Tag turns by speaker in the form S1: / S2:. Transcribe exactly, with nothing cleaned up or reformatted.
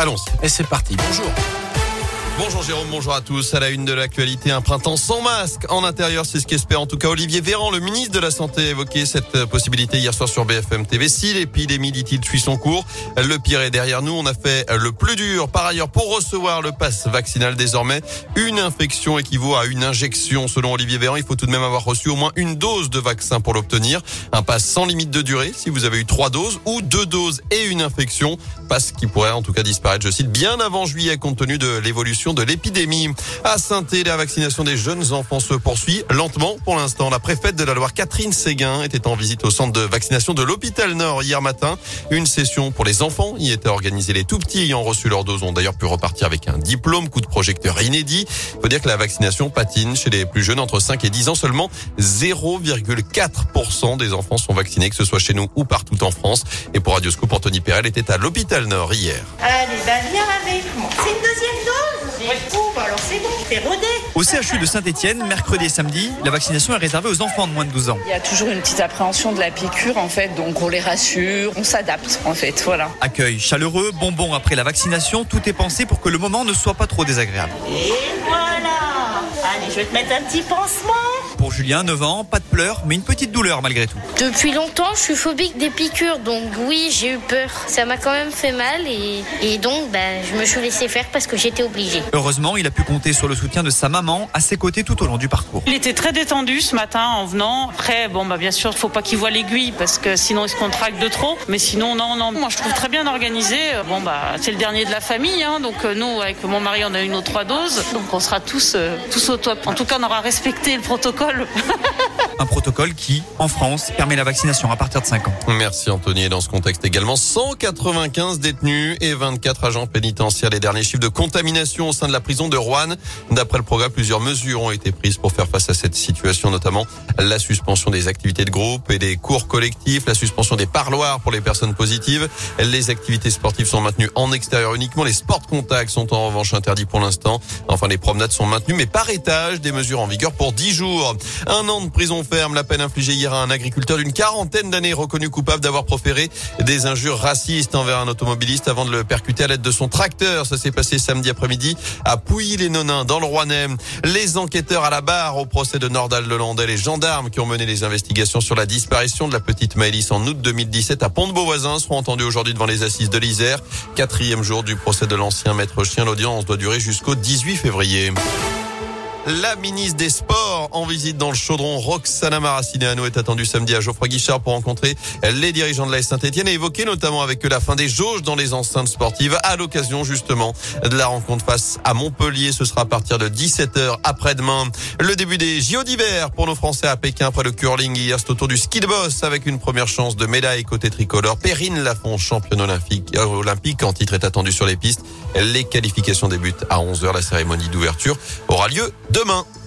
S1: Allons-y.
S2: Et c'est parti, bonjour.
S1: Bonjour Jérôme, bonjour à tous. À la une de l'actualité, un printemps sans masque en intérieur, c'est ce qu'espère en tout cas Olivier Véran, le ministre de la Santé, a évoqué cette possibilité hier soir sur B F M T V. Si l'épidémie, dit-il, suit son cours, le pire est derrière nous. On a fait le plus dur. Par ailleurs, pour recevoir le pass vaccinal désormais, une infection équivaut à une injection. Selon Olivier Véran, il faut tout de même avoir reçu au moins une dose de vaccin pour l'obtenir. Un pass sans limite de durée si vous avez eu trois doses ou deux doses et une infection. Pass qui pourrait en tout cas disparaître, je cite, bien avant juillet compte tenu de l'évolution de l'épidémie. À Saint-Thé, la vaccination des jeunes enfants se poursuit lentement pour l'instant. La préfète de la Loire, Catherine Séguin, était en visite au centre de vaccination de l'hôpital Nord hier matin. Une session pour les enfants y était organisée. Les tout petits ayant reçu leur dose ont d'ailleurs pu repartir avec un diplôme, coup de projecteur inédit. Il faut dire que la vaccination patine chez les plus jeunes entre cinq et dix ans. Seulement zéro virgule quatre pour cent des enfants sont vaccinés, que ce soit chez nous ou partout en France. Et pour Radio Scoop, Anthony Perel était à l'hôpital Nord hier.
S3: Allez, bah viens avec moi. C'est une deuxième dose. Oh, bah alors c'est bon, t'es rodé.
S4: Au C H U de Saint-Etienne, mercredi et samedi, la vaccination est réservée aux enfants de moins de douze ans.
S5: Il y a toujours une petite appréhension de la piqûre en fait, donc on les rassure, on s'adapte en fait, voilà.
S4: Accueil chaleureux, bonbons après la vaccination, tout est pensé pour que le moment ne soit pas trop désagréable.
S3: Et voilà. Allez, je vais te mettre un petit pansement.
S4: Pour Julien, neuf ans, pas de pleurs, mais une petite douleur malgré tout.
S6: Depuis longtemps, je suis phobique des piqûres, donc oui, j'ai eu peur. Ça m'a quand même fait mal et, et donc bah, je me suis laissé faire parce que j'étais obligée.
S4: Heureusement, il a pu compter sur le soutien de sa maman à ses côtés tout au long du parcours.
S7: Il était très détendu ce matin en venant. Après, bon, bah, bien sûr, il ne faut pas qu'il voit l'aiguille parce que sinon il se contracte de trop. Mais sinon, non, non. Moi, je trouve très bien organisé. Bon, bah, c'est le dernier de la famille, hein, donc euh, nous, avec mon mari, on a eu nos trois doses. Donc on sera tous, euh, tous au top. En tout cas, on aura respecté le protocole.
S4: Un protocole qui, en France, permet la vaccination à partir de cinq ans.
S1: Merci Anthony. Et dans ce contexte également, cent quatre-vingt-quinze détenus et vingt-quatre agents pénitentiaires. Les derniers chiffres de contamination au sein de la prison de Roanne. D'après le progrès, plusieurs mesures ont été prises pour faire face à cette situation, notamment la suspension des activités de groupe et des cours collectifs, la suspension des parloirs pour les personnes positives. Les activités sportives sont maintenues en extérieur uniquement. Les sports de contact sont en revanche interdits pour l'instant. Enfin, les promenades sont maintenues, mais par étage, des mesures en vigueur pour dix jours. Un an de prison ferme, la peine infligée hier à un agriculteur d'une quarantaine d'années reconnu coupable d'avoir proféré des injures racistes envers un automobiliste avant de le percuter à l'aide de son tracteur. Ça s'est passé samedi après-midi à Pouilly-les-Nonains, dans le Rouennais. Les enquêteurs à la barre au procès de Nordal-Lelandais, les gendarmes qui ont mené les investigations sur la disparition de la petite Maëlys en août deux mille dix-sept à Pont-de-Beauvoisin seront entendus aujourd'hui devant les assises de l'Isère. Quatrième jour du procès de l'ancien maître chien. L'audience doit durer jusqu'au dix-huit février. La ministre des Sports en visite dans le Chaudron, Roxana Maracineanu, est attendue samedi à Geoffroy Guichard pour rencontrer les dirigeants de l'A S Saint-Etienne et évoquer notamment avec eux la fin des jauges dans les enceintes sportives à l'occasion justement de la rencontre face à Montpellier. Ce sera à partir de dix-sept heures après-demain. Le début des J O d'hiver pour nos Français à Pékin après le curling hier. C'est au tour du ski de boss avec une première chance de médaille côté tricolore. Perrine Lafont, championne olympique, euh, olympique en titre, est attendue sur les pistes. Les qualifications débutent à onze heures. La cérémonie d'ouverture aura lieu demain.